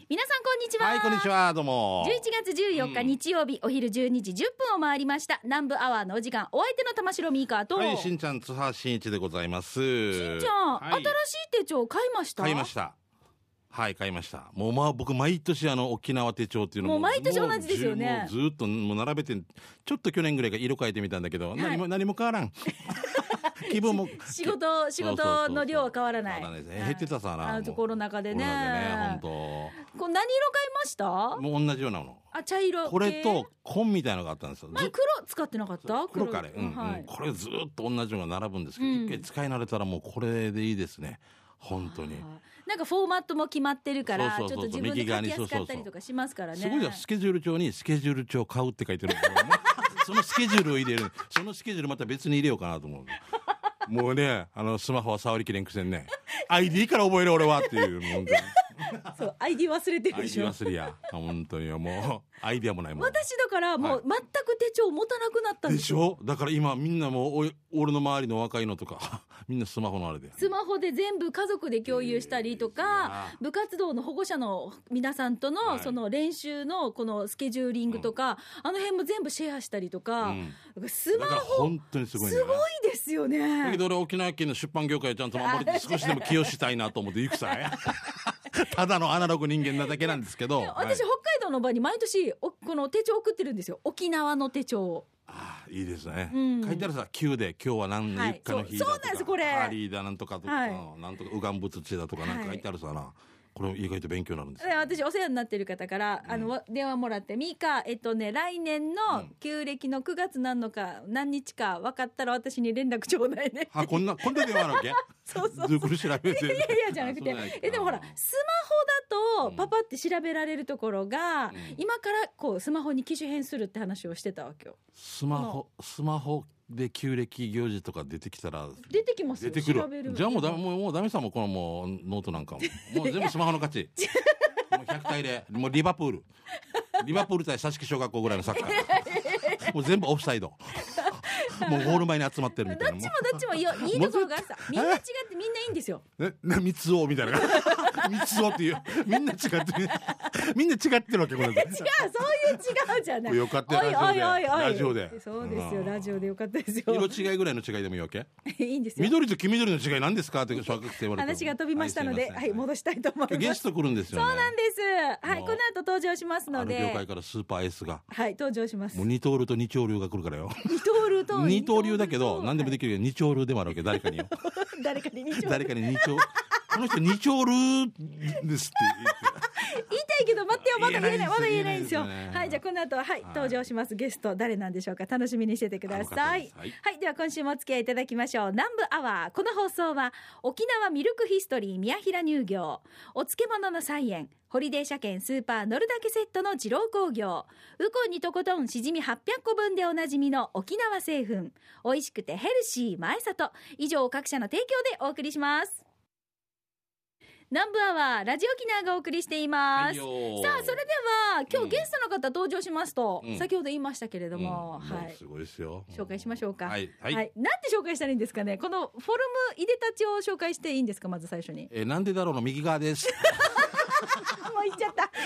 皆さんこんにちは。 はい、こんにちは、どうも。 11月14日日曜日、お昼12時10分を回りました。南部アワーのお時間、お相手の玉城ミーカーと、 はい、しんちゃん津波真一でございます。 しんちゃん、 はい、 新しい手帳買いました？ 買いました。はい、買いました。もう僕毎年沖縄手帳っていうのもう毎年同じですよね。 もうずっともう並べて、ちょっと去年ぐらいから色変えてみたんだけど、何も変わらん。気分も仕事の量は変わらない。 減ってたさな。 コロナ禍でね。 本当。 これ何色買いました？ もう同じようなの。 茶色。 これと紺みたいなのがあったんですよ。 前黒使ってなかった？ 黒かね。これずっと同じのが並ぶんですけど、一回使い慣れたらもうこれでいいですね。本当に。 なんかフォーマットも決まってるから、ちょっと自分で書きやすかったりとかしますからね。 すごいじゃん。スケジュール帳にスケジュール帳買うって書いてる。そのスケジュールを入れる。そのスケジュールまた別に入れようかなと思う。もうね、スマホは触りきれんくせんね。ID から覚える俺はっていう。本当にそう、ID 忘れてるでしょ。 ID 忘れや。本当にもうアイディアもないもん。 私だからもう全く手帳持たなくなったんですよ。 でしょ。だから今みんなもう俺の周りの若いのとかみんなスマホのあれで。 スマホで全部家族で共有したりとか、部活動の保護者の皆さんとのその練習のこのスケジューリングとか、あの辺も全部シェアしたりとか、スマホ本当にすごいね。 すごいですよね。 だけど俺沖縄県の出版業界をちゃんと守り少しでも寄与したいなと思って行くさただのアナログ人間なだけなんですけど、 私、北海道の場に毎年この手帳送ってるんですよ。沖縄の手帳を。 ああ、いいですね、書いてあるさ、9で今日は何の日課の日だとか、 そうなんですこれ。 ハーリーだなんとかとか、なんとかウガン仏地だとかなんか書いてあるさな。これ意外と勉強になるんですよ。 私お世話になってる方から電話もらって、ミカ来年の旧暦の9月何日か分かったら私に連絡ちょうだいね。 こんな電話あるわけそうずっくり調べて。いやじゃなくて、でもほらスマホだとパパって調べられるところが、今からこうスマホに機種変するって話をしてたわけよ。 スマホで旧暦行事とか出てきたら出てきますよ。 出てくる。じゃあもうダメさ、もうこのもうノートなんかもう全部スマホの勝ち。もう100対0、もうリバプール対佐敷小学校ぐらいのサッカーもう全部オフサイド。もうゴール前に集まってるみたいな。 どっちもいいところがさ、みんな違ってみんないいんですよ。 三つおみたいな。三つおっていう、みんな違ってるわけこれ。違う、そういう違うじゃない。 よかったよ、ラジオで。 そうですよ、ラジオでよかったですよ。 色違いぐらいの違いでもいいわけ？いいんですよ。 緑と黄緑の違いなんですかって小学生言われて。 話が飛びましたので、戻したいと思います。 ゲスト来るんですよね。 そうなんです。はい、この後登場しますので。 業界からスーパーエースが。 はい、登場します。 もう二刀流と二刀流が来るからよ。 二刀流だけど何でもできるけど二刀流でもあるわけ。誰かに誰かに二刀この人二刀流ですって言いたいけど、待ってよ、まだ言えないんですよ。はい、じゃあこの後登場しますゲスト誰なんでしょうか。楽しみにしててください。はい、では今週もお付き合いいただきましょう。南部アワー。この放送は沖縄ミルクヒストリー宮平乳業、お漬物の菜園ホリデー車検スーパー乗るだけセットの二郎工業、ウコンにとことんしじみ800個分でおなじみの沖縄製粉、美味しくてヘルシー前里、以上各社の提供でお送りします。南部アワー、ラジオ沖縄がお送りしています。さあ、それでは今日ゲストの方登場しますと、先ほど言いましたけれども、 すごいですよ。 紹介しましょうか。 はい、 なんて紹介したらいいんですかね。このフォルムいでたちを紹介していいんですか。まず最初になんでだろうの右側です。 もう言っちゃったはい、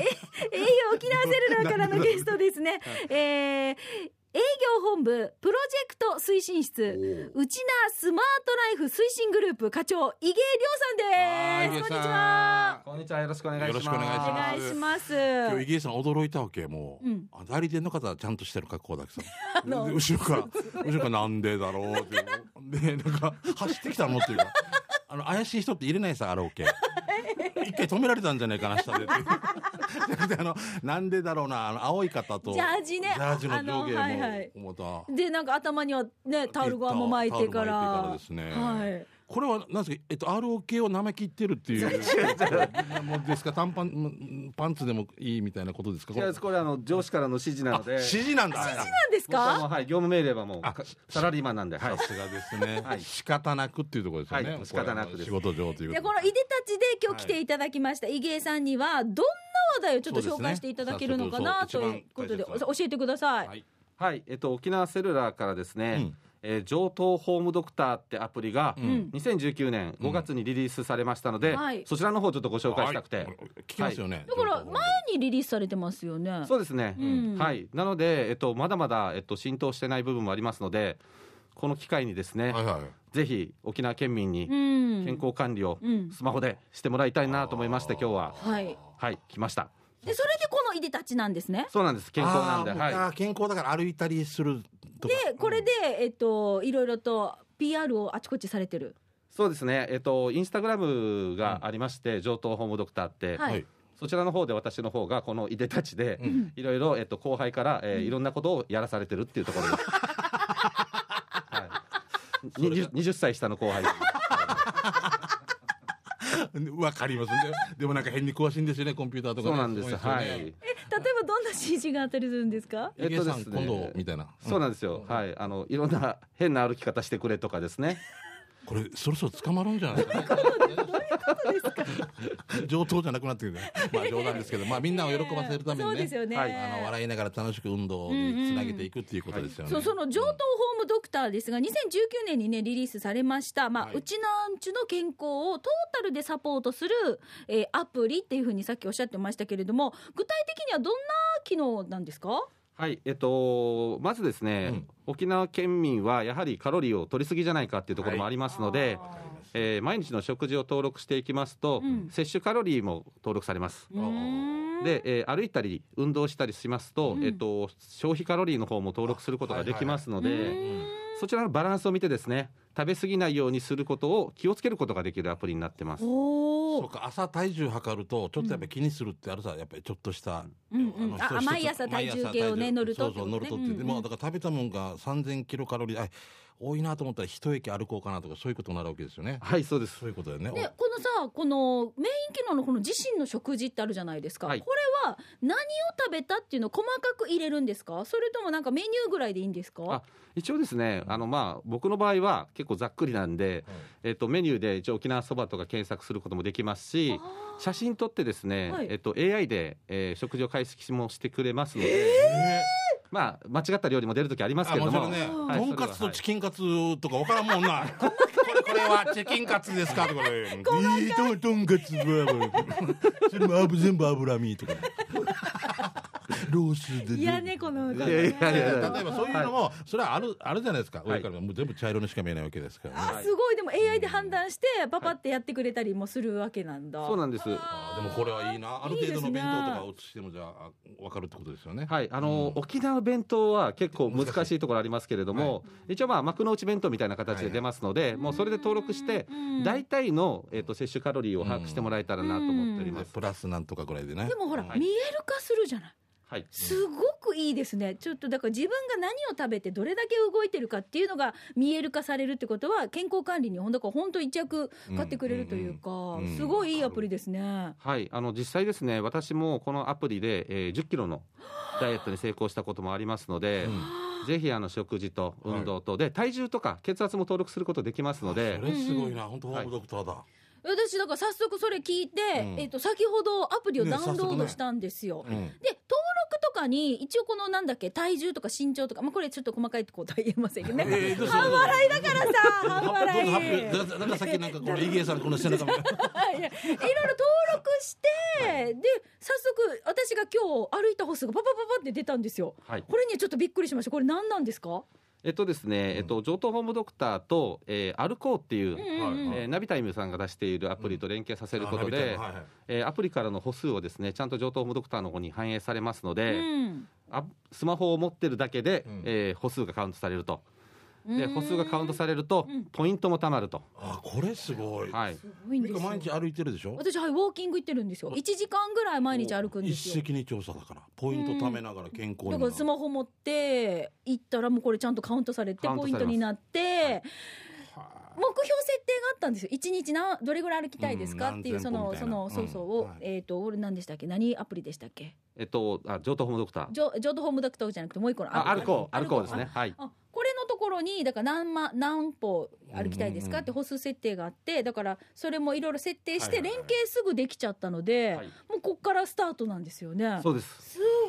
営業沖縄セルラーからのゲストですね。営業本部プロジェクト推進室うちなスマートライフ推進グループ課長井芸亮さんです。こんにちは。 こんにちは、よろしくお願いします。 お願いします。 今日井芸さん驚いたわけ。もう、代理店の方はちゃんとしてる格好だけさ後ろからなんでだろうってで、なんか走ってきたのっていうか怪しい人って入れないさ、あろうけ一回止められたんじゃないかな、下でなんでだろうな、青い方とジャージの上下も思ったで、なんか頭にはねタオルゴアも巻いてからですね。これは何ですか、ROK を舐め切ってるっていうもうですか。パンツでもいいみたいなことですか。 これ上司からの指示なので。 指示なんだ。 指示なんですか。 はい、業務命令はもうサラリーマンなんで。 さすがですね。仕方なくっていうところですよね。 仕方なくです。 仕事上という。 このいでたちで今日来ていただきました井芸さんにはどんな話題をちょっと紹介していただけるのかなということで教えてください。 はい、沖縄セルラーからですね、 上東ホームドクターってアプリが2019年5月にリリースされましたので、そちらの方ちょっとご紹介したくて、 聞きますよね、 だから前にリリースされてますよね。 そうですね、はい、なので、まだまだ、浸透してない部分もありますので、この機会にですね、ぜひ沖縄県民に健康管理をスマホでしてもらいたいなと思いまして、今日は来ました。 でそれでこのいでたちなんですね。 そうなんです、健康なんで、 健康だから歩いたりするとかでこれで、いろいろと PR をあちこちされてる。 そうですね、インスタグラムがありまして、上東ホームドクターって、そちらの方で私の方がこのいでたちでいろいろ後輩から、いろんなことをやらされてるっていうところです、20歳下の後輩わかりますね。でもなんか変に詳しいんですよね、コンピューターとか、 そうなんです、はい。 例えばどんな指示があったりするんですか？ ですね、今度みたいな。 そうなんですよ、はい、いろんな変な歩き方してくれとかですね。 これそろそろ捕まるんじゃないですか。上等じゃなくなってくる、まあ冗談ですけど、まあみんなを喜ばせるためにね、笑いながら楽しく運動につなげていくっていうことですよね。 その上東ホームドクターですが、2019年にねリリースされました、うちなんちゅの健康をトータルでサポートする、アプリっていうふうにさっきおっしゃってましたけれども、具体的にはどんな機能なんですか？ はい、まずですね、沖縄県民はやはりカロリーを取りすぎじゃないかっていうところもありますので、毎日の食事を登録していきますと、摂取カロリーも登録されます。で、歩いたり運動したりしますと、消費カロリーの方も登録することができますので、そちらのバランスを見てですね、食べ過ぎないようにすることを気をつけることができるアプリになってます。 そうか、朝体重測るとちょっとやっぱり気にするってあるさ、やっぱりちょっとした、 毎朝体重計をね乗ると、 乗るとって、でもだから食べたもんが3000キロカロリー多いなと思ったら一駅歩こうかなとか、そういうことになるわけですよね。 はい、そうです。 そういうことだよね。 でこのメイン機能のこの自身の食事ってあるじゃないですか、これは何を食べたっていうのを細かく入れるんですか？それともなんかメニューぐらいでいいんですか？ 一応ですね、僕の場合は結構ざっくりなんで、メニューで一応沖縄そばとか検索することもできますし、写真撮ってですね、AI で、食事を解析もしてくれますので、間違った料理も出るときありますけれども、 とんかつとチキンカツとか分からんもんな。これはチキンカツですかとか、とんかつそれも全部脂身とか。ロースでいやね、この例えばそういうのも、それはあるじゃないですか。上からもう全部茶色にしか見えないわけですからね。 すごい。でも AI で判断してパパってやってくれたりもするわけなんだ。 そうなんです。 でもこれはいいな。ある程度の弁当とかを写してもじゃあ分かるってことですよね。 はい、沖縄弁当は結構難しいところありますけれども、一応幕の内弁当みたいな形で出ますので、もうそれで登録して大体の摂取カロリーを把握してもらえたらなと思っております。 プラスなんとかぐらいでね。 でもほら、見える化するじゃない。すごくいいですね。ちょっとだから自分が何を食べてどれだけ動いてるかっていうのが見える化されるってことは、健康管理に本当一役買ってくれるというか、すごいいいアプリですね。 はい、実際ですね、私もこのアプリで、10キロのダイエットに成功したこともありますので、ぜひ食事と運動とで体重とか血圧も登録することできますので、 それすごいな、本当ホームドクターだ。 私だから早速それ聞いて、先ほどアプリをダウンロードしたんですよ。で登録とかに一応この体重とか身長とか、これちょっと細かいことは言えませんけどね、半笑いだからさ、半笑いだからさっきなんかこのイゲさんこの背中みたいないろいろ登録して、で早速私が今日歩いた歩数がパパパパって出たんですよ。これにちょっとびっくりしました。これ何なんですか？ ですね、上東ホームドクターと、歩こうっていう、ナビタイムさんが出しているアプリと連携させることで、アプリからの歩数をですね、ちゃんと上東ホームドクターの方に反映されますので、スマホを持ってるだけで、歩数がカウントされると。で歩数がカウントされると、ポイントもたまると。 これすごい。 すごいんですよ。 毎日歩いてるでしょ。 私ウォーキング行ってるんですよ。1時間ぐらい毎日歩くんですよ。 一石二鳥さだからポイント貯めながら健康に。 だからスマホ持って行ったらもうこれちゃんとカウントされてポイントになって、目標設定があったんですよ。1日どれぐらい歩きたいですかっていうそう何でしたっけ、何アプリでしたっけ。 上東ホームドクター。 上東ホームドクターじゃなくてもう一個の歩こうですね。はい。 これのところにだから何歩歩きたいですかって歩数設定があって、だからそれもいろいろ設定して連携すぐできちゃったので、もうこっからスタートなんですよね。 そうです。 す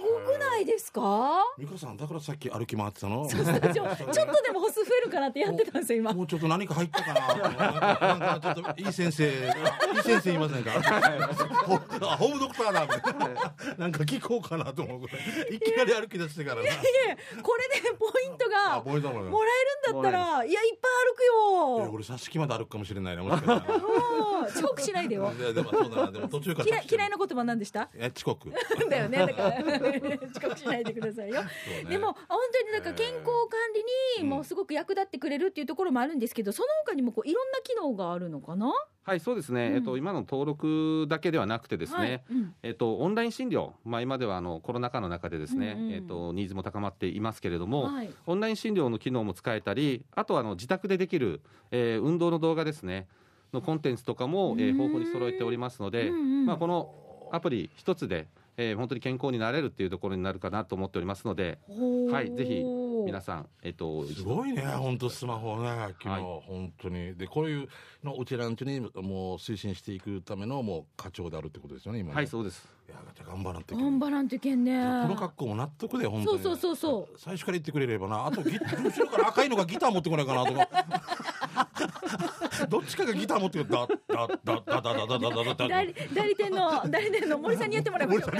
ごくないですか？ 美香さんだからさっき歩き回ってたの。 ちょっとでも歩数増えるかなってやってたんですよ今。 もうちょっと何か入ったかな。なんかちょっといい先生いませんか。ホームドクターだみたいな。なんか聞こうかなと思う。いきなり歩き出してからな。 これでポイントがもらえるんだったら、いやいっぱい歩くよ。 俺挿し木まで歩くかもしれないな。もしかしたら遅刻しないでよ。 でもそうだな。でも途中から嫌いな言葉なんでした？ 遅刻。 だよね。だから遅刻しないでくださいよ。でも本当にだから健康管理にもすごく役立ってくれるっていうところもあるんですけど、その他にもこういろんな機能があるのかな？ はい、そうですね、今の登録だけではなくてですね、オンライン診療、今ではコロナ禍の中でですね、ニーズも高まっていますけれども、オンライン診療の機能も使えたり、あとは自宅でできる、運動の動画ですねのコンテンツとかも、豊富に揃えておりますので、このアプリ一つで本当に健康になれるっていうところになるかなと思っておりますので、はい、ぜひ皆さん、 すごいね、本当スマホね、昨日、本当にでこういうのうちらんちにもう推進していくためのもう課長であるってことですよね、今ね。 はい、そうです。 いや頑張らんといけんね。 この格好も納得で本当に。 そう最初から言ってくれればな。あと後ろから赤いのがギター持ってこないかなとか。どっちかがギター持ってくる。 代理店の森さんにやってもらいましょう。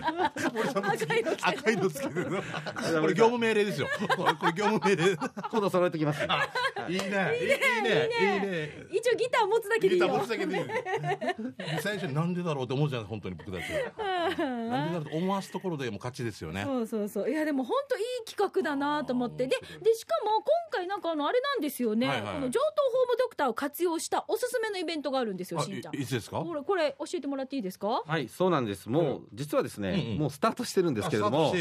赤いのつけてる。これ業務命令ですよ。これ業務命令。 今度揃えてきます。 いいね。 一応ギター持つだけでいいよ。 ギター持つだけでいい。最初なんでだろうって思うじゃん、本当に僕たちは。なんでだろうと思わすところでも勝ちですよね。 そう。いやでも本当いい企画だなと思って、でしかも今回なんかあれなんですよね。この上東ホームドクターを活用したおすすめのイベントがあるんですよ、しんちゃん。 いつですか？ これ教えてもらっていいですか？ はい、そうなんです。もう実はですね、もうスタートしてるんですけれども、はい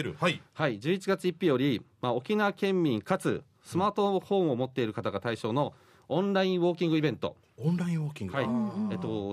、11月1日より、沖縄県民かつスマートフォンを持っている方が対象のオンラインウォーキングイベント。 オンラインウォーキング、 はい、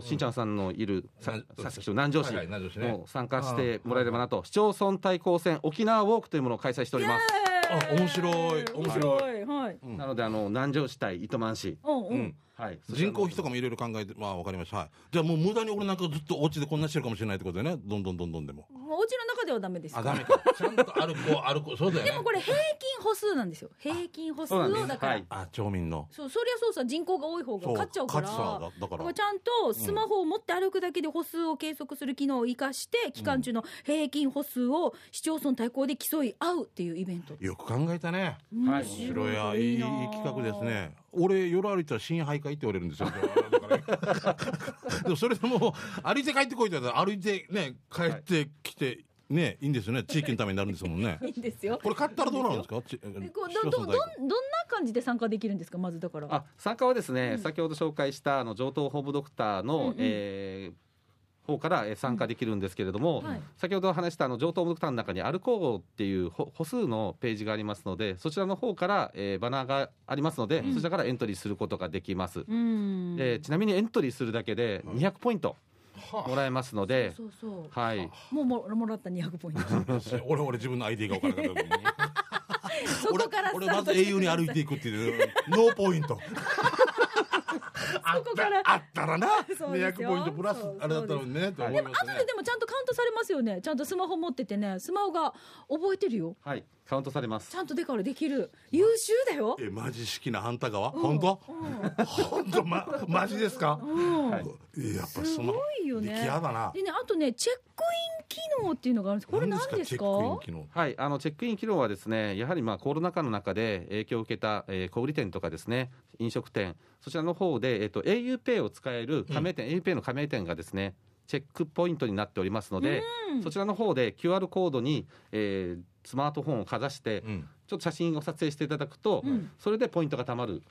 しんちゃんさんのいる佐々木町南城市も参加してもらえればなと、市町村対抗戦沖縄ウォークというものを開催しております。 面白い、 なので南城市対糸満市、 はい、人口比とかもいろいろ考えて、わかりました。はい、じゃあもう無駄に俺なんかずっとお家でこんなしてるかもしれないってことでね、どんどんでも。 お家の中ではダメですか？ ダメか。ちゃんと歩こう、そうだよね。 でもこれ平均歩数なんですよ。平均歩数をだから。 町民の。 そりゃそうさ、人口が多い方が勝っちゃうから。だからちゃんとスマホを持って歩くだけで歩数を計測する機能を生かして、期間中の平均歩数を市町村対抗で競い合うっていうイベント。 よく考えたね。面白い、いい企画ですね。俺夜歩いたら深夜徘徊って言われるんですよ。でもそれでも歩いて帰ってこいって言ったら歩いてね帰ってきてね、いいんですよね。地域のためになるんですもんね。 いいんですよ。 これ買ったらどうなるんですか？どんな感じで参加できるんですか？まずだから参加はですね、先ほど紹介した上東ホームドクターの、方から参加できるんですけれども、先ほど話した上東ホームドクターの中に歩こうっていう歩数のページがありますので、そちらの方から、バナーがありますので、そちらからエントリーすることができます。ちなみにエントリーするだけで200ポイントもらえますので、はい、 もらった200ポイント。 俺自分の ID が分からなかったそこから俺まず英雄に歩いていくっていうノーポイント。あったらな200ポイントプラスあれだったのにね。でも後ででもちゃんとカウントされますよね。ちゃんとスマホ持っててね、スマホが覚えてるよ。 はい、カウントされます。 ちゃんとできる優秀だよ。 マジ式なあんた側本当マジですか？やっぱすごいよね。 嫌だな。 でね、あとねチェックイン機能っていうのがあるんです。これ何ですか？ はい、チェックイン機能はですね、やはりコロナ禍の中で影響を受けた小売店とかですね、飲食店、そちらの方でauPay を使える加盟店、auPay の加盟店がですねチェックポイントになっておりますので、そちらの方で QR コードに、スマートフォンをかざして、ちょっと写真を撮影していただくと、それでポイントがたまる。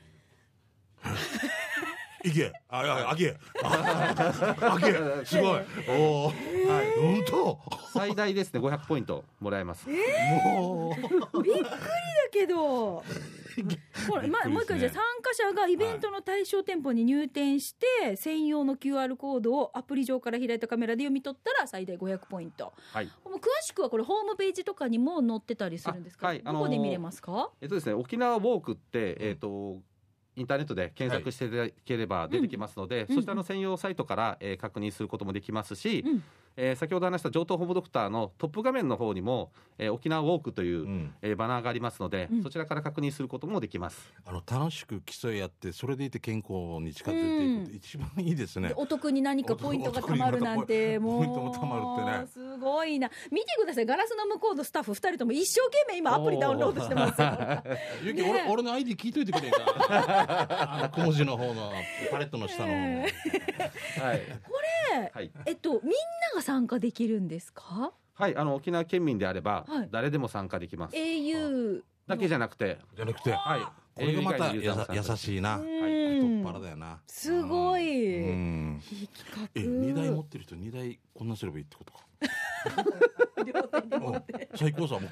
いけあげすごい。本当最大ですね500ポイントもらえます。 もうびっくりだけどこれ、もう一回じゃあ参加者がイベントの対象店舗に入店して専用の QR コードをアプリ上から開いたカメラで読み取ったら最大500ポイント、もう詳しくはこれホームページとかにも載ってたりするんですか？どこで見れますか？ ですね、沖縄ウォークってインターネットで検索していただければ出てきますので、そちらの専用サイトから、確認することもできますし、 先ほど話した上東ホームドクターのトップ画面の方にも、沖縄ウォークという、バナーがありますので、そちらから確認することもできます。 楽しく競い合ってそれでいて健康に近づいていくって一番いいですね。 お得に何かポイントがたまるなんてもうポイントもたまるってね、 すごいな。見てください、ガラスの向こうのスタッフ2人とも一生懸命今アプリダウンロードしてますよゆき、俺の ID 聞いといてくれんか小文字の方のパレットの下の方の、はい、 これ、みんなが参加できるんですか？ はい、沖縄県民であれば、誰でも参加できます。 au だけじゃなくて、 はい、これがまた優しいな、太っ腹だよな。 すごい、 いい企画。2台持ってる人2台こんなすればいいってことか両手で持って最高さ、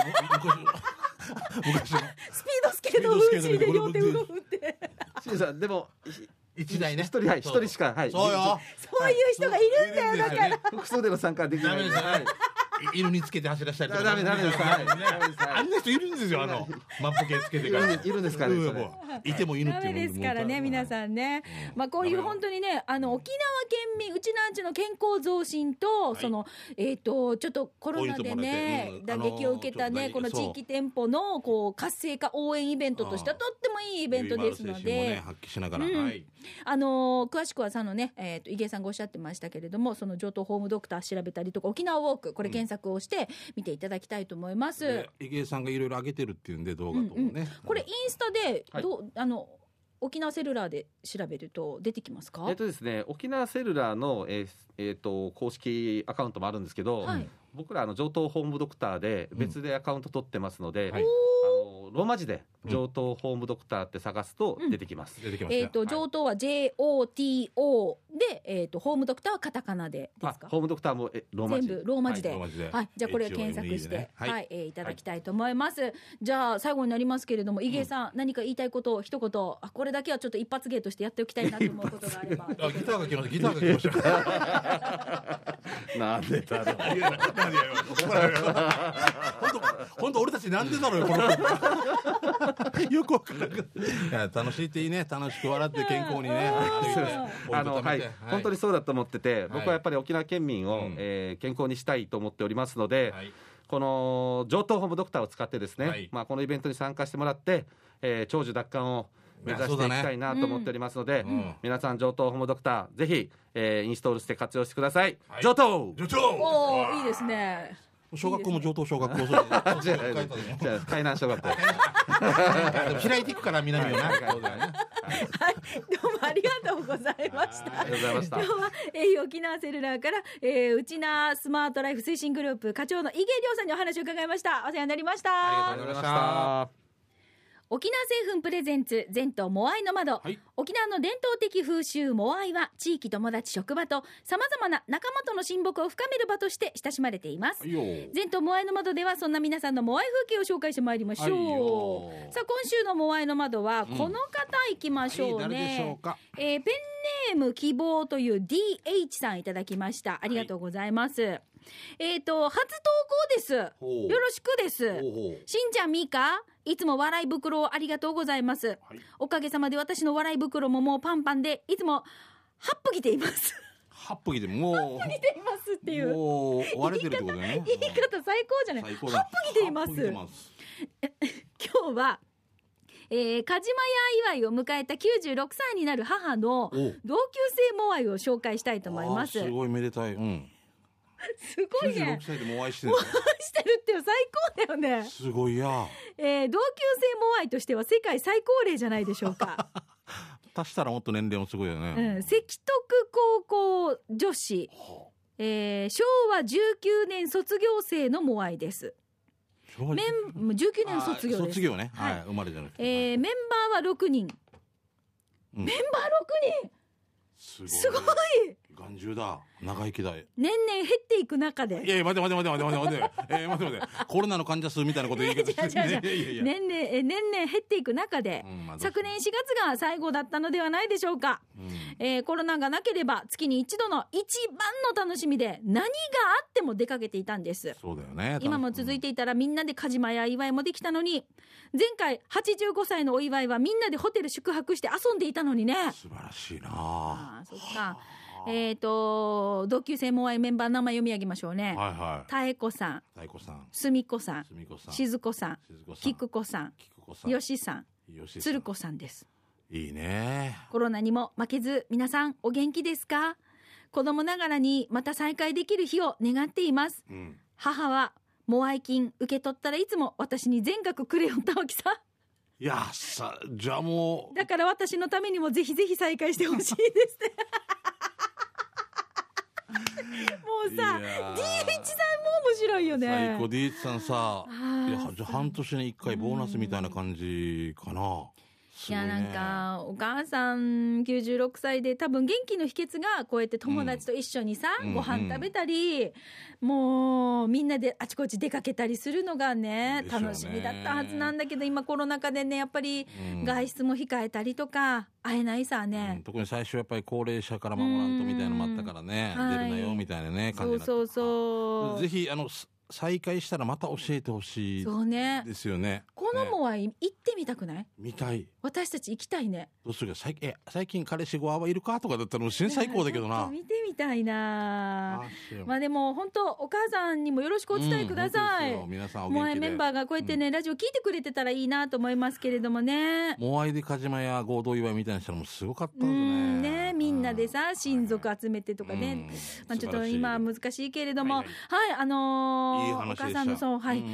昔のスピードスケートを打ちで両手動くってシンさんでも 1台ね、 1人しか、 そうよ、 そういう人がいるんだよ。だから複数での参加できない。 犬につけて走らせたりとかダメです。 あんな人いるんですよ、マップ系つけてからいるんですかね。 いても犬っていうのですからね、皆さんね。こういう本当にね、沖縄県民うちなんちの健康増進と、そのちょっとコロナでね打撃を受けたね、この地域店舗のこう活性化応援イベントとしてはとってもいいイベントですので、 発揮しながら、 詳しくは井芸さんがおっしゃってましたけれども、その上東ホームドクター調べたりとか、沖縄ウォーク、これ検索をして見ていただきたいと思います。 井芸さんがいろいろ上げてるっていうんで、動画とかね、 これインスタで沖縄セルラーで調べると出てきますか？ ですね、沖縄セルラーの、公式アカウントもあるんですけど、僕ら上東ホームドクターで別でアカウント取ってますので、ローマ字で上東ホームドクターって探すと出てきます。 上東は JOTO で、ホームドクターはカタカナでですか？ ホームドクターもローマ字、 全部ローマ字で、じゃあこれ検索していただきたいと思います。じゃあ最後になりますけれども、井芸さん、何か言いたいことを一言、これだけはちょっと一発芸としてやっておきたいなと思うことがあれば。 ギターが来ましたなんでだろう。 本当俺たちなんでだろうよ、このよくわからなくて。楽しいっていいね、楽しく笑って健康にね。 本当にそうだと思ってて、僕はやっぱり沖縄県民を健康にしたいと思っておりますので、この上東ホームドクターを使ってですね、このイベントに参加してもらって、長寿奪還を目指していきたいなと思っておりますので、皆さん上東ホームドクターぜひ、インストールして活用してください。上東、 おー、いいですね。 小学校も上東小学校、 じゃあ海南小学校開いていくから南をね。はい、 どうもありがとうございました。 ありがとうございました。 今日は沖縄セルラーから、うちなスマートライフ推進グループ課長の井芸亮さんにお話を伺いました。お世話になりました。 ありがとうございました。 沖縄製粉プレゼンツ全島モアイの窓、沖縄の伝統的風習モアイは地域、友達、職場とさまざまな仲間との親睦を深める場として親しまれています。全島モアイの窓ではそんな皆さんのモアイ風景を紹介してまいりましょう。さあ今週のモアイの窓はこの方いきましょうね。ペンネーム希望という DH さんいただきました。ありがとうございます。初投稿です。よろしくです。しんちゃん、みーか、いつも笑い袋をありがとうございます。おかげさまで私の笑い袋ももうパンパンで、いつも8歩来ています。 8歩来てもう8 歩来ていますっていう、 もう終われてるってことだね。 言い方最高じゃない。8歩来ています。今日はカジマヤ祝いを迎えた96歳になる母の同級生モアイを紹介したいと思います。 すごいめでたい。 すごいね。 96歳でもお会いしてる。 お会いしてるって最高だよね。 すごいや。 同級生モアイとしては世界最高齢じゃないでしょうか。 足したらもっと年齢もすごいよね。 関徳高校女子、昭和19年卒業生のモアイです。19年卒業です。 卒業ね。はい、生まれじゃなくて。 メンバーは6人。メンバー6人。すごい。 眼中だ。長生きだ。 年々減っていく中で。 いや待て。待て。コロナの患者数みたいなこと言い方してね。 年々減っていく中で、昨年4月が最後だったのではないでしょうか。コロナがなければ月に一度の一番の楽しみで何があっても出かけていたんです。 そうだよね。 今も続いていたらみんなでカジマや祝いもできたのに、前回85歳のお祝いはみんなでホテル宿泊して遊んでいたのにね。 素晴らしいな。 そっか。 同級生モアイメンバー名前読み上げましょうね。 はいはい。 妙子さん、すみこさん、静子さん、菊子さん、よしさん、鶴子さんです。 いいね。 コロナにも負けず皆さんお元気ですか？子供ながらにまた再会できる日を願っています。母はモアイ金受け取ったらいつも私に全額くれよったわけさ。 いやさ、じゃあもうだから私のためにもぜひぜひ再会してほしいですね。もうさ DH さんも面白いよね。 最高 DH さんさ、いやじゃあ半年に1回ボーナスみたいな感じかな。 いやなんかお母さん96歳で多分元気の秘訣がこうやって友達と一緒にさ、ご飯食べたり、もうみんなであちこち出かけたりするのがね楽しみだったはずなんだけど、今コロナ禍でねやっぱり外出も控えたりとか会えないさね、 特に最初やっぱり高齢者から守らんとみたいなのもあったからね、出るなよみたいなね感じになって、そうぜひ再開したらまた教えてほしいですよね。 このモアイ行ってみたくない？ 見たい。 私たち行きたいね。 どうするか最近彼氏ごはいるかとかだったらもう新最高だけどな。 見てみたいな。まあでも本当お母さんにもよろしくお伝えください。 皆さんお元気で。 モアイメンバーがこうやってね、ラジオ聞いてくれてたらいいなと思いますけれどもね。 モアイでカジマや合同祝いみたいなしたらもうすごかったんですね。 みんなでさ親族集めてとかね、まあちょっと今は難しいけれども、はいお母さんのそう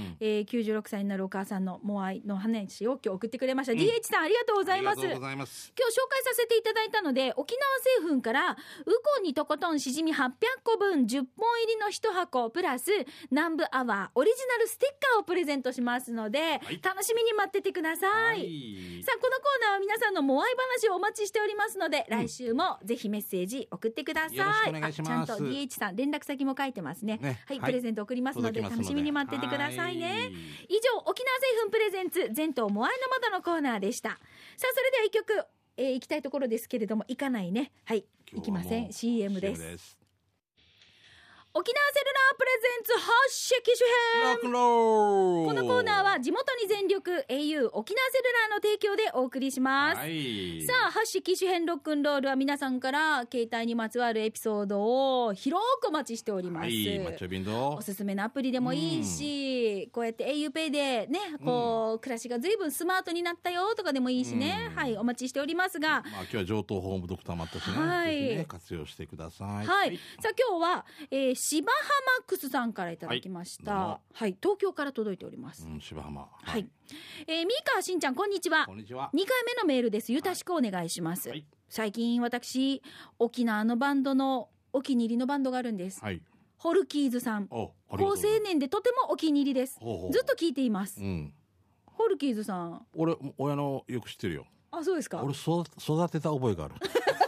96歳になるお母さんのモアイの話を今日送ってくれました。DH さんありがとうございます。今日紹介させていただいたので、沖縄製粉からウコンにとことんしじみ800個分10本入りの1箱プラス南部アワーオリジナルステッカーをプレゼントしますので、楽しみに待っててください。さあこのコーナーは皆さんのモアイ話をお待ちしておりますので、来週もぜひメッセージ送ってください。 よろしくお願いします。 ちゃんと DH さん連絡先も書いてますね。プレゼント送りますので楽しみに待っててくださいね。以上沖縄製粉プレゼンツ全島モアイの窓のコーナーでした。さあそれでは一曲、行きたいところですけれども行かないね。行きません。 CM です。沖縄セルラープレゼンツ発射機種編。このコーナーは地元に全力 au 沖縄セルラーの提供でお送りします。さあ発射機種編ロックンロールは皆さんから携帯にまつわるエピソードを広くお待ちしております。おすすめのアプリでもいいし、こうやって auPay でねこう暮らしが随分スマートになったよとかでもいいしね、お待ちしておりますが、 今日は上東ホームドクターもあったしね、活用してください。 さあ今日は、芝浜マックスさんからいただきました。東京から届いております。 芝浜。 三川しんちゃんこんにちは。2回目のメールです。よろしくお願いします。最近私沖縄のバンドのお気に入りのバンドがあるんです。ホルキーズさん。高青年でとてもお気に入りです。ずっと聞いています。ホルキーズさん。 俺親のよく知ってるよ。 あ、そうですか。 俺育てた覚えがある。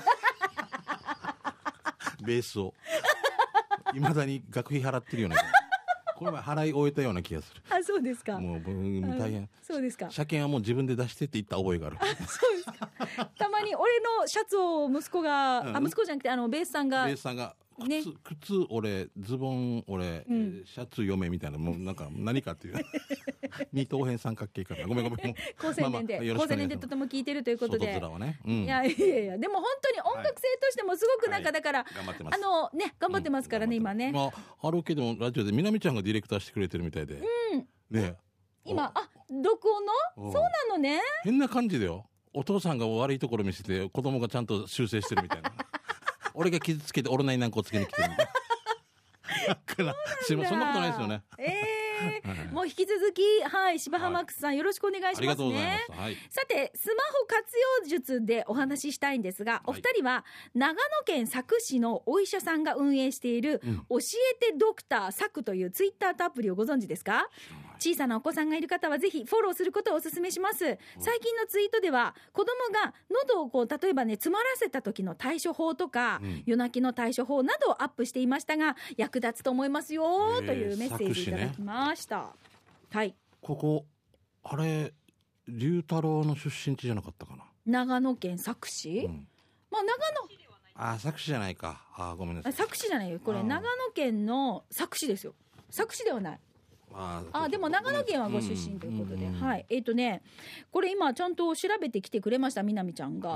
ベースを。いまだに学費払ってるよね。この前払い終えたような気がする。 あ、そうですか。 もう大変。 そうですか。 車検はもう自分で出してって言った覚えがある。 そうですか。たまに俺のシャツを息子が、息子じゃなくてベースさんが靴俺ズボン俺、シャツ嫁みたいな、もうなんか何かっていう二等辺三角形かな。ごめんもう高青年で高青年でとても聞いてるということで、 外面はね、 いやでも本当に音楽性としてもすごくなんかだから、 頑張ってます。 頑張ってますからね、今ね。 あるけどラジオでみなみちゃんがディレクターしてくれてるみたいで、 今録音のそうなのね。 変な感じだよ。お父さんが悪いところ見せて子供がちゃんと修正してるみたいな。俺が傷つけて俺なりなんかをつけに来てるみたいな。そんなことないですよね。 もう引き続き芝浜マックスさんよろしくお願いしますね。さてスマホ活用術でお話ししたいんですが、お二人は長野県佐久市のお医者さんが運営している教えてドクター佐久というツイッターとアプリをご存知ですか？小さなお子さんがいる方はぜひフォローすることをお勧めします。最近のツイートでは子供が喉を例えばね詰まらせた時の対処法とか、夜泣きの対処法などをアップしていましたが、役立つと思いますよというメッセージいただきました。 ここあれ龍太郎の出身地じゃなかったかな。 長野県佐久市、 佐久市じゃないか。ごめんなさい。 佐久市じゃないよ、これ長野県の佐久市ですよ。佐久市ではない。でも長野県はご出身ということで、これ今ちゃんと調べてきてくれました。みなみちゃんが、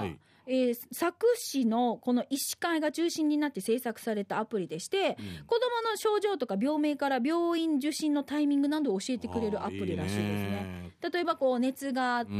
佐久市のこの医師会が中心になって制作されたアプリでして、子どもの症状とか病名から病院受診のタイミングなどを教えてくれるアプリらしいですね。例えばこう熱があって、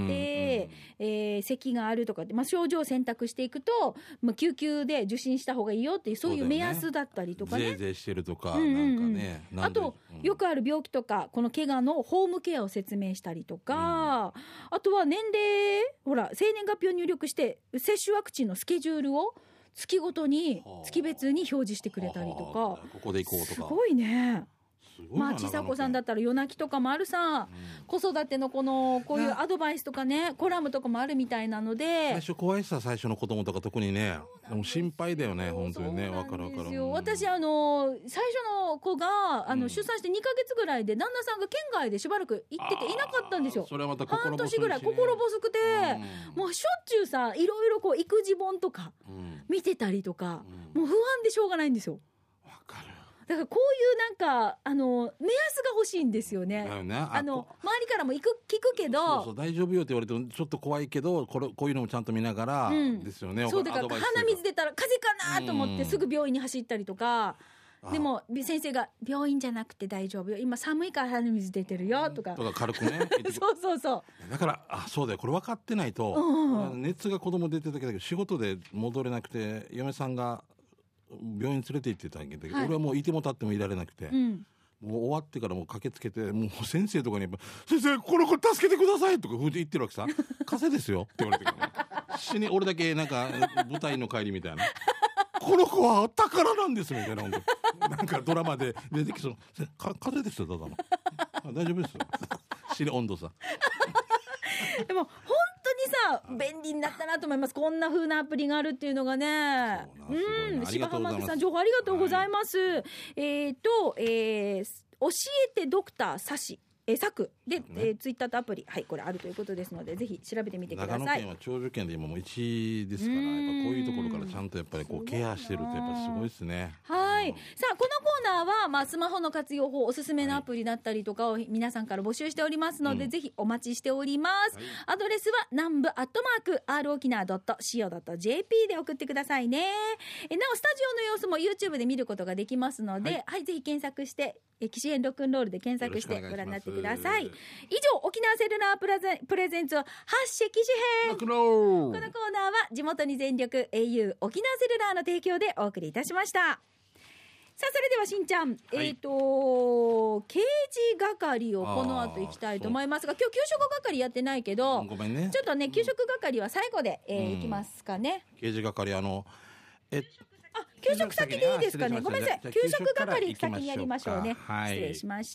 咳があるとかって、症状を選択していくと、救急で受診した方がいいよっていう、そういう目安だったりとかね。 ぜいぜいしてるとか、なんかね。 あと、よくある病気とかこの怪我のホームケアを説明したりとか、あとは年齢、ほら生年月日を入力して接種ワクチンのスケジュールを月ごとに月別に表示してくれたりとか、 ここで行こうとか、 すごいね。ちさ子さんだったら夜泣きとかもあるさ、子育てのこういうアドバイスとかね、コラムとかもあるみたいなので、 最初怖いさ、最初の子供とか特にね、でも心配だよね、本当にね。分かる分かる。 私最初の子が出産して2ヶ月ぐらいで旦那さんが県外でしばらく行ってていなかったんですよ。 それはまた半年ぐらい心細くて、もうしょっちゅうさ、いろいろこう育児本とか見てたりとか、もう不安でしょうがないんですよ。 分かる。 だからこういうなんか目安が欲しいんですよね。周りからも聞くけど、 そう大丈夫よって言われてもちょっと怖いけど、こういうのもちゃんと見ながらですよね。 そうだから鼻水出たら風邪かなと思ってすぐ病院に走ったりとか、でも先生が病院じゃなくて大丈夫よ、今寒いから鼻水出てるよとか軽くねそうだからそうだよ、これ分かってないと、熱が子供出てたけど仕事で戻れなくて嫁さんが病院連れて行ってたんだけど、俺はもういても立ってもいられなくて、もう終わってからもう駆けつけて、もう先生とかに先生この子助けてくださいとか言ってるわけさ。風邪ですよって言われてから死に俺だけなんか舞台の帰りみたいなこの子は宝なんですみたいな、なんかドラマで出てきそう。風邪ですよ、ただの大丈夫ですよ死に温度さでも本当にさ便利になったなと思います。こんな風なアプリがあるっていうのがね。柴浜さん情報ありがとうございます。教えてドクターサシサクで、ツイッターとアプリ、これあるということですので、ぜひ調べてみてください。 長野県は長寿県で今もう1位ですから、やっぱこういうところからちゃんとやっぱりこうケアしてるとやっぱすごいですね。 はい、さあこのコーナーは、スマホの活用法おすすめのアプリだったりとかを皆さんから募集しておりますので、ぜひお待ちしております。アドレスは南部@r沖縄.co.jp で送ってくださいね。なおスタジオの様子も YouTube で見ることができますので、ぜひ検索して機種編ロックンロールで検索してご覧になってください。以上、沖縄セルラープレゼンツ発射機種編。このコーナーは地元に全力 au 沖縄セルラーの提供でお送りいたしました。さあそれではしんちゃん、刑事係をこの後行きたいと思いますが、今日給食係やってないけど、 ごめんね、 ちょっとね給食係は最後で、行きますかね。 刑事係給食先でいいですかね。ごめんなさい。給食係先にやりましょうね。失礼しました。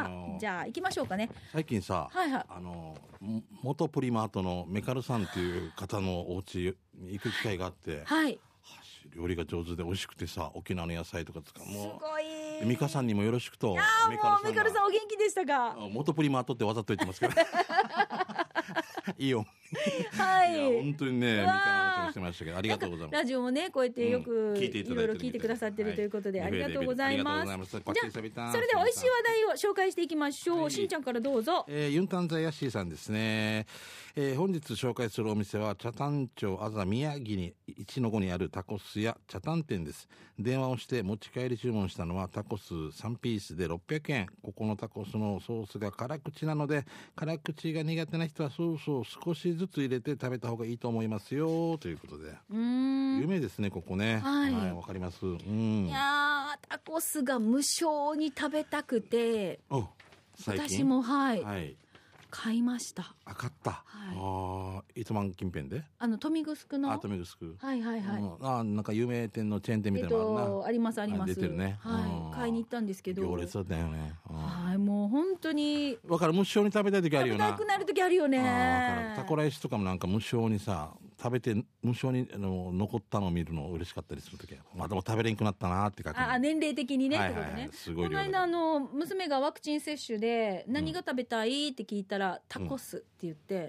じゃあ行きましょうかね。 最近さ、元プリマートのメカルさんっていう方のお家に行く機会があって、料理が上手で美味しくてさ、沖縄の野菜とか使う、もうすごい。 美香さんにもよろしくと。 メカルさんお元気でしたか。 元プリマートってわざと言ってますけどいいよ本当にね、ミカの話をしてましたけど、ありがとうございます。 ラジオもねこうやってよくいろいろ聞いてくださってるということで、ありがとうございます。じゃあそれで美味しい話題を紹介していきましょう。しんちゃんからどうぞ。 ユンタンザヤッシーさんですね。本日紹介するお店は北谷町あざ宮城に1-5にあるタコス屋北谷店です。電話をして持ち帰り注文したのはタコス3ピースで600円。ここのタコスのソースが辛口なので、辛口が苦手な人はソースを少しずつ入れて食べた方がいいと思いますよということで、有名ですねここね。わかります。 いやタコスが無償に食べたくて、私も買いました。 買った。糸満近辺で豊見城の豊見城なんか有名店のチェーン店みたいなのあるな。 ありますあります。 出てるね。 買いに行ったんですけど行列だったよね。 もう本当にわかる。無償に食べたい時あるよな。 食べたくなる時あるよね。 タコライスとかもなんか無償にさ食べて無償に残ったのを見るの嬉しかったりする時は、でも食べれんくなったなって感じ。 年齢的にねってことね。 すごい。 この間娘がワクチン接種で何が食べたいって聞いたらタコスって言って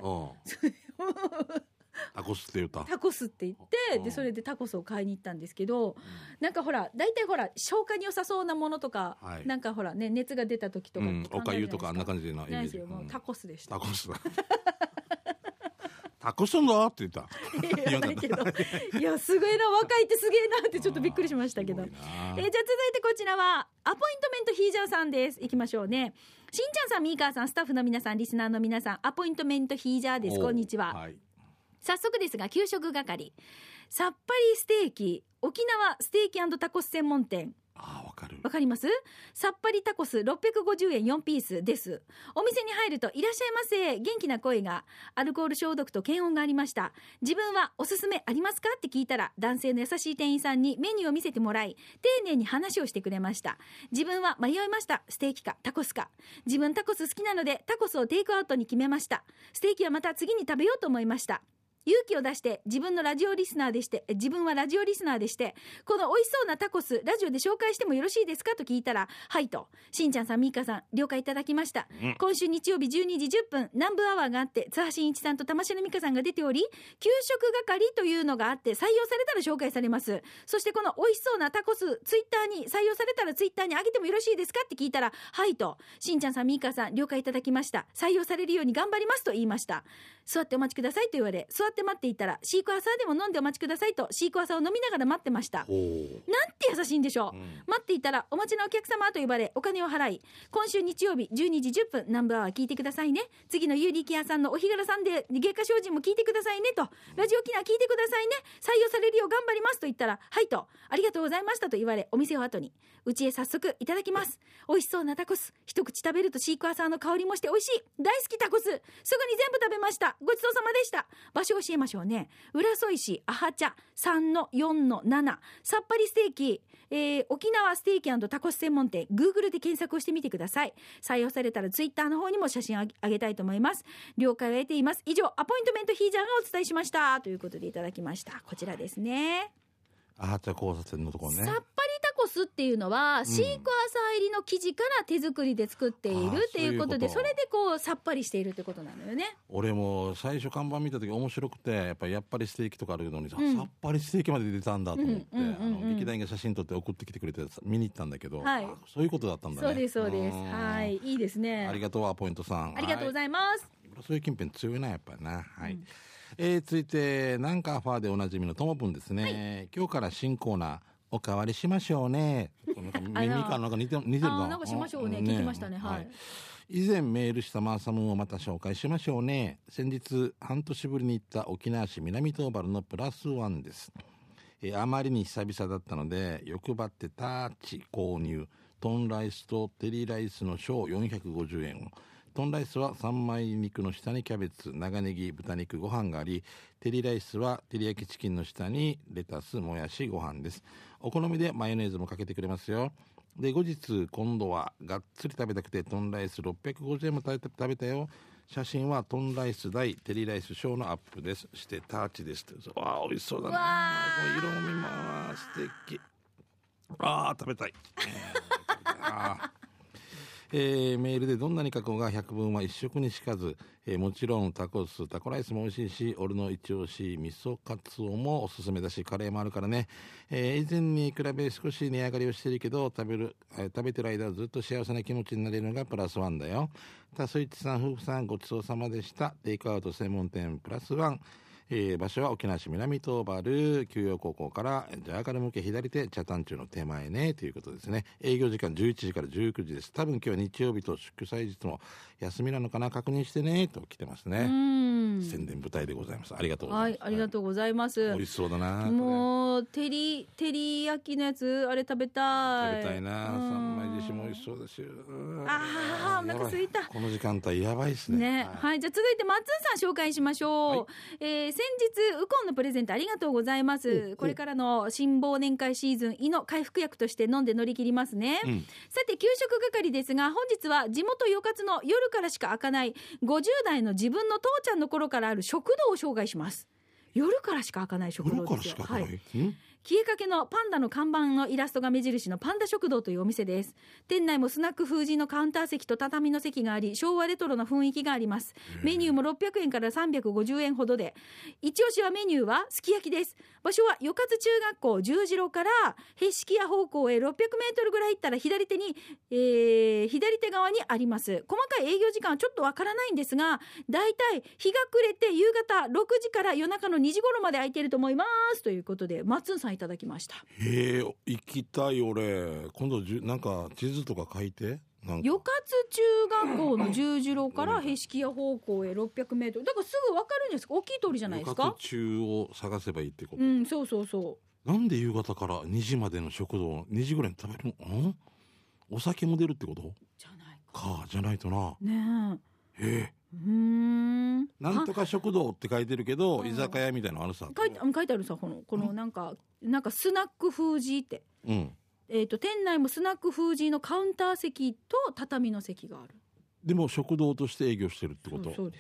タコスって言った。 タコスって言ってでそれでタコスを買いに行ったんですけど、なんかほら大体ほら消化に良さそうなものとか、なんかほらね熱が出た時とか、 おかゆとかあんな感じのイメージ。 もうタコスでした。 タコスだタコスんだって言った。 言わないけどいやすげえな、若いってすげえなってちょっとびっくりしましたけど。じゃあ続いてこちらはアポイントメントヒージャーさんです。いきましょうね。しんちゃんさん、みーかーさん、スタッフの皆さん、リスナーの皆さん、アポイントメントヒージャーです。こんにちは、はい、早速ですが給食係、さっぱりステーキ沖縄ステーキ&タコス専門店。わかります？さっぱりタコス650円4ピースです。お店に入るといらっしゃいませ、元気な声が、アルコール消毒と検温がありました。自分はおすすめありますかって聞いたら、男性の優しい店員さんにメニューを見せてもらい、丁寧に話をしてくれました。自分は迷いました。ステーキかタコスか。自分タコス好きなのでタコスをテイクアウトに決めました。ステーキはまた次に食べようと思いました。勇気を出して自分はラジオリスナーでして、この美味しそうなタコスラジオで紹介してもよろしいですかと聞いたら、はいと、しんちゃんさん、みーかさん了解いただきました、今週日曜日12時10分南部アワーがあって、津波真一さんと玉城美香さんが出ており、給食係というのがあって採用されたら紹介されます。そしてこの美味しそうなタコスツイッターに採用されたらツイッターに上げてもよろしいですかって聞いたら、はいと、しんちゃんさん、みーかさん了解いただきました、採用されるように頑張りますと言いました。座ってお待ちくださいと言われ、座って待っていたら、シークワーサーでも飲んでお待ちくださいとシークワーサーを飲みながら待ってました。なんて優しいんでしょう、待っていたら、お待ちのお客様と呼ばれ、お金を払い、今週日曜日12時10分南部アワー聞いてくださいね、次のユーリキアさんのお日柄さんで外科精進も聞いてくださいねと、ラジオ機能聞いてくださいね、採用されるよう頑張りますと言ったら、はいと、ありがとうございましたと言われ、お店を後に。うちへ早速いただきます。美味しそうなタコス、一口食べるとシークワーサーの香りもして美味しい、大好きタコス、すぐに全部食べました、ごちそうさまでした。場所を教えましょうね。浦添市アハチャ 3-4-7 さっぱりステーキ、沖縄ステーキ&タコス専門店、 Google で検索をしてみてください。採用されたら Twitter の方にも写真あげたいと思います。了解を得ています。以上、アポイントメントヒージャーがお伝えしましたということでいただきました。こちらですね。 アハチャ交差点のところね。 さっぱりタコスっていうのは、シークワーサー入りの生地から手作りで作っているっていうことで、それでこうさっぱりしているってことなのよね。 俺も最初看板見た時面白くて、やっぱりステーキとかあるのにさ、さっぱりステーキまで出たんだと思って、劇団が写真撮って送ってきてくれて見に行ったんだけど、はい、そういうことだったんだね。 そうですそうです。はい、いいですね。 ありがとうアポイントさん。 ありがとうございます。 そういう近辺強いなやっぱりな。はい。続いてなんかファーでおなじみのともぶんですね、はい、今日から新コーナーおかわりしましょうね。なんか耳からなんか似てるな。 なんかしましょうね、聞きましたね。はい。 以前メールしたマーサムをまた紹介しましょうね。先日半年ぶりに行った沖縄市南東原のプラスワンです。あまりに久々だったので欲張ってターチ購入。トンライスとテリーライスの小450円を。トンライスは三枚肉の下にキャベツ、長ネギ、豚肉、ご飯があり、テリーライスは照り焼きチキンの下にレタス、もやし、ご飯です。お好みでマヨネーズもかけてくれますよ。で、後日今度はがっつり食べたくてトンライス650円も食べたよ。写真はトンライス大、テリーライス小のアップです。してターチです。わあ、美味しそうだな。色も見ます。素敵。ああ、食べたい。メールでどんなに書こうが百聞は一食にしかず、もちろんタコス、タコライスも美味しいし、俺の一押し味噌カツオもおすすめだし、カレーもあるからね、以前に比べ少し値上がりをしてるけど食べてる間はずっと幸せな気持ちになれるのがプラスワンだよ。タスイッチさん夫婦さんごちそうさまでした。テイクアウト専門店プラスワン、場所は沖縄市南東原休養高校からジャーカル向け左手茶炭中の手前ねということですね。営業時間11時から19時です。多分今日は日曜日と祝祭日も休みなのかな、確認してねと来てますね。宣伝舞台でございます。ありがとうございます。 はい、ありがとうございます。 美味しそうだな。 もう照り焼きのやつあれ食べたい。 食べたいな。三枚寿司も美味しそうだし。 ああ、お腹すいた。 この時間帯やばいですね。 はい、じゃあ続いて松尾さん紹介しましょう。先日ウコンのプレゼントありがとうございます。これからの新忘年会シーズン胃の回復薬として飲んで乗り切りますね。さて給食係ですが、本日は地元よかつの夜からしか開かない50代の自分の父ちゃんの頃からある食堂を紹介します。夜からしか開かない食堂ですよ。はい。 消えかけのパンダの看板のイラストが目印のパンダ食堂というお店です。店内もスナック風神のカウンター席と畳の席があり、昭和レトロな雰囲気があります。メニューも600円から350円ほどで、一押しはメニューはすき焼きです。場所はよかつ中学校十字路からへしき屋方向へ600メートルぐらい行ったら左手に、左手側にあります。細かい営業時間はちょっとわからないんですが、だいたい日が暮れて夕方6時から夜中の2時頃まで空いていると思いますということで、松さんいただきました。 へえ、行きたい。俺今度なんか地図とか書いて。 よかつ中学校の十字路からへしき屋方向へ600メートルだからすぐ分かるんですか。大きい通りじゃないですか。 よかつ中を探せばいいってこと。 そうそうそう。なんで夕方から2時までの食堂2時ぐらいに食べるの。お酒も出るってことじゃないか。 じゃないとな。 ねえ。 へえ。なんとか食堂って書いてるけど、居酒屋みたいなのあるさ。 書いてあるさ。このなんかスナック風神って。店内もスナック風神のカウンター席と畳の席がある。 でも食堂として営業してるってこと。 そうです。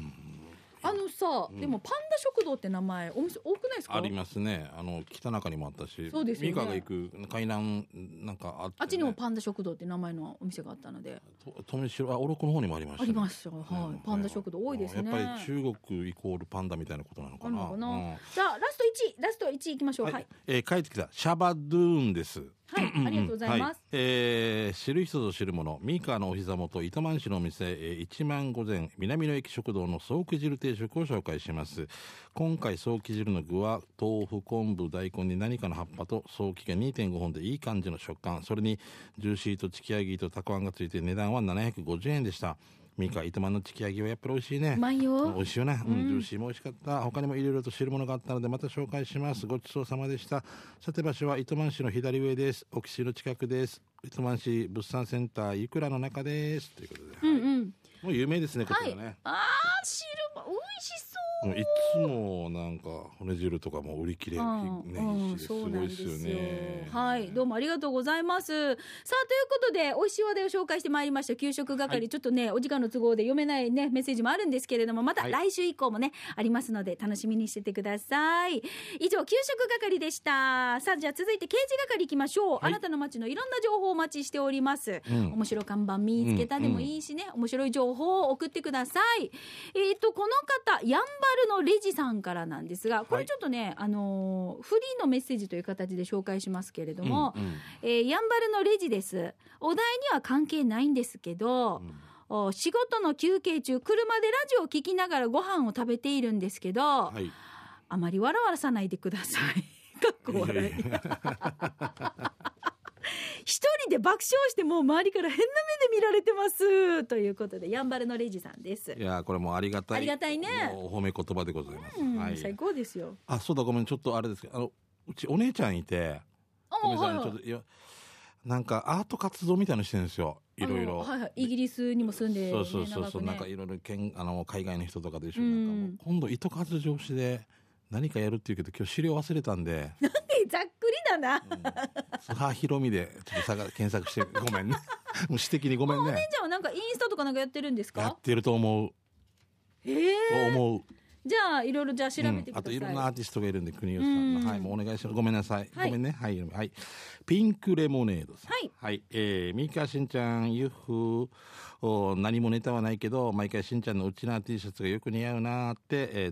でもパンダ食堂って名前お店多くないですか。 ありますね。北中にもあったし。 そうですよね。 ミカが行く海南なんかあって、ね、 あっちにもパンダ食堂って名前のお店があったので。 富城おろくの方にもありました、ね。ありますよ。はい。パンダ食堂多いですね。 やっぱり中国イコールパンダみたいなことなのかな。 じゃあラスト1いきましょう。はい。 帰ってきたシャバドゥーンです。 はい、ありがとうございます。 知る人ぞ知るもの、ミカのお膝元糸満市のお店、1万午前南の駅食堂のソーキ汁定食を紹介します。今回ソーキ汁の具は豆腐、昆布、大根に何かの葉っぱとソーキが 2.5 本でいい感じの食感、それにジューシーとチキヤギとたくあんがついて値段は750円でした。ミカ糸満のチキヤギはやっぱり美味しいね。 うまいよ。 美味しいよね。ジューシーも美味しかった。他にもいろいろと知るものがあったのでまた紹介します。ごちそうさまでした。さて場所は糸満市の左上です。沖市の近くです。糸満市物産センターいくらの中ですということで、もう有名ですねこちらね。 汁も美味しそう。 いつもなんか骨汁とかも売り切れるね、すごいですよね。 はい、どうもありがとうございます。さあということで美味しい話題を紹介してまいりました給食係、ちょっとねお時間の都合で読めないねメッセージもあるんですけれども、また来週以降もね、ありますので楽しみにしててください。以上給食係でした。さあじゃあ続いて刑事係いきましょう。あなたの街のいろんな情報をお待ちしております。面白看板見つけたでもいいしね、面白い情報を送ってください。この方やんばるのレジさんからなんですが、これちょっとね、フリーのメッセージという形で紹介しますけれども、やんばるのレジです。お題には関係ないんですけど、仕事の休憩中車でラジオを聞きながらご飯を食べているんですけど、あまり笑わさないでください。かっこ笑い。一人で爆笑してもう周りから変な目で見られてますということで、やんばるのレジさんです。 いやこれもありがたい、 ありがたいね、 お褒め言葉でございます。 最高ですよ。 そうだ、ごめん、ちょっとあれですけど、うちお姉ちゃんいて、ごめんなさい、ちょっとなんかアート活動みたいなのしてるんですよ。いろいろ、 イギリスにも住んで、ね、 そう、なんかいろいろ海外の人とかで一緒になんかもう今度糸数上司で何かやるっていうけど、今日資料忘れたんで。 なんでざっくりだな。 津波ひろみでちょっと検索してごめんね。もう指摘にごめんね。 お姉ちゃんはなんかインスタとかなんかやってるんですか。 やってると思う。思う。 じゃあいろいろじゃあ調べてください。 あといろんなアーティストがいるんで、国吉さんの、もうお願いします。ごめんなさい。ごめんね。ピンクレモネードさん。ミカしんちゃんユフ何もネタはないけど毎回しんちゃんのうちな T シャツがよく似合うなって、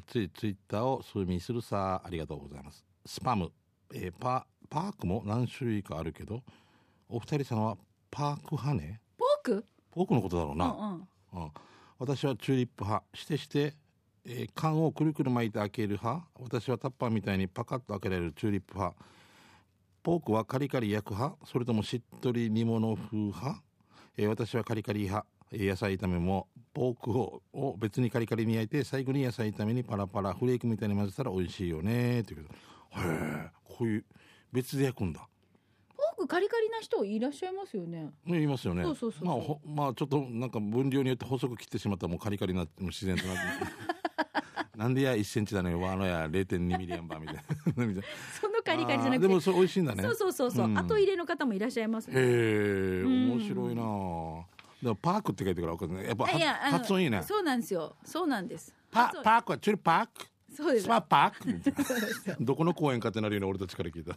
ついツイッターを数見するさ。ありがとうございます。スパム、パークも何種類かあるけど、お二人さんはパーク派ね。 ポークのことだろうな。私はチューリップ派して缶をくるくる巻いて開ける派。私はタッパーみたいにパカッと開けられるチューリップ派。ポークはカリカリ焼く派、それともしっとり煮物風派。私はカリカリ派。野菜炒めもポークを別にカリカリに焼いて、最後に野菜炒めにパラパラフレークみたいに混ぜたら美味しいよねということで。こういう別で焼くんだ。 ポークカリカリな人いらっしゃいますよね。 いますよね。 そう。 まあちょっとなんか分量によって細く切ってしまったらもうカリカリになって自然となってなんでや1センチだね、や 0.2 ミリアンバーみたいなそのカリカリじゃなくて、 でもそれ美味しいんだね。 そう、後入れの方もいらっしゃいますね。 面白いな。でもパークって書いてから分かるね。やっぱ発音いいね。 そうなんですよ。そうなんです。 パークはチューリップパーク。 そうです。 スマッパーどこの公園かってなるような俺たちから聞いた。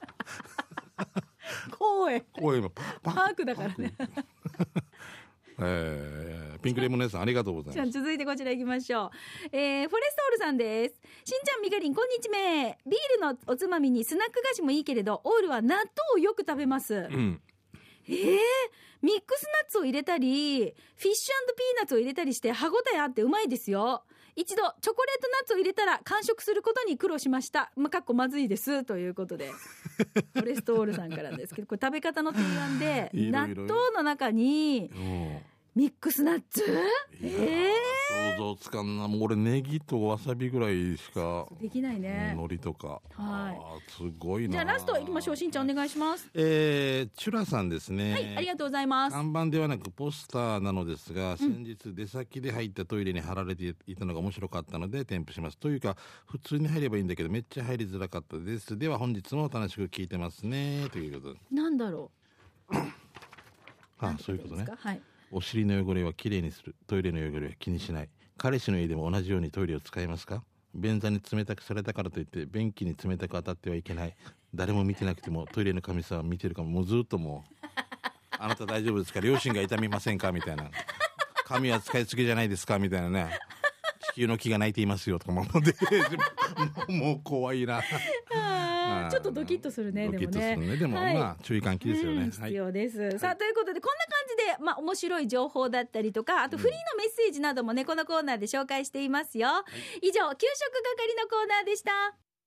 公園もパークだからね。 ピンクレモン姉さんありがとうございます。 じゃあ続いてこちら行きましょう。フォレストオールさんです。しんちゃんみかりんこんにちめ。ビールのおつまみにスナック菓子もいいけれどオールは納豆をよく食べます、ミックスナッツを入れたりフィッシュ&ピーナッツを入れたりして歯ごたえあってうまいですよ。一度チョコレートナッツを入れたら完食することに苦労しました。かっこまずいですということでフォレストオールさんからですけど、これ食べ方の提案で納豆の中にミックスナッツ、 想像つかんな。もう俺ネギとわさびぐらいしかできないね。 海苔とか、 はい、 すごいな。 じゃあラストいきましょう。しんちゃんお願いします。 チュラさんですね。 はい、ありがとうございます。 看板ではなくポスターなのですが、先日出先で入ったトイレに貼られていたのが面白かったので添付します。というか普通に入ればいいんだけどめっちゃ入りづらかったです。では本日も楽しく聞いてますねということで。 なんだろうそういうことね。 はい。 お尻の汚れはきれいにする。トイレの汚れは気にしない。彼氏の家でも同じようにトイレを使いますか？便座に冷たくされたからといって便器に冷たく当たってはいけない。誰も見てなくてもトイレの神様見てるかも。もうずっともうあなた大丈夫ですか？両親が痛みませんか？みたいな。髪は使いすぎじゃないですか？みたいなね。地球の木が泣いていますよとかもう怖いな。 ちょっとドキッとするね。 ドキッとするね。でも、はい、注意喚起ですよね。 必要です。さあということでこんな感じで面白い情報だったりとか、あとフリーのメッセージなどもね、このコーナーで紹介していますよ。以上給食係のコーナーでした。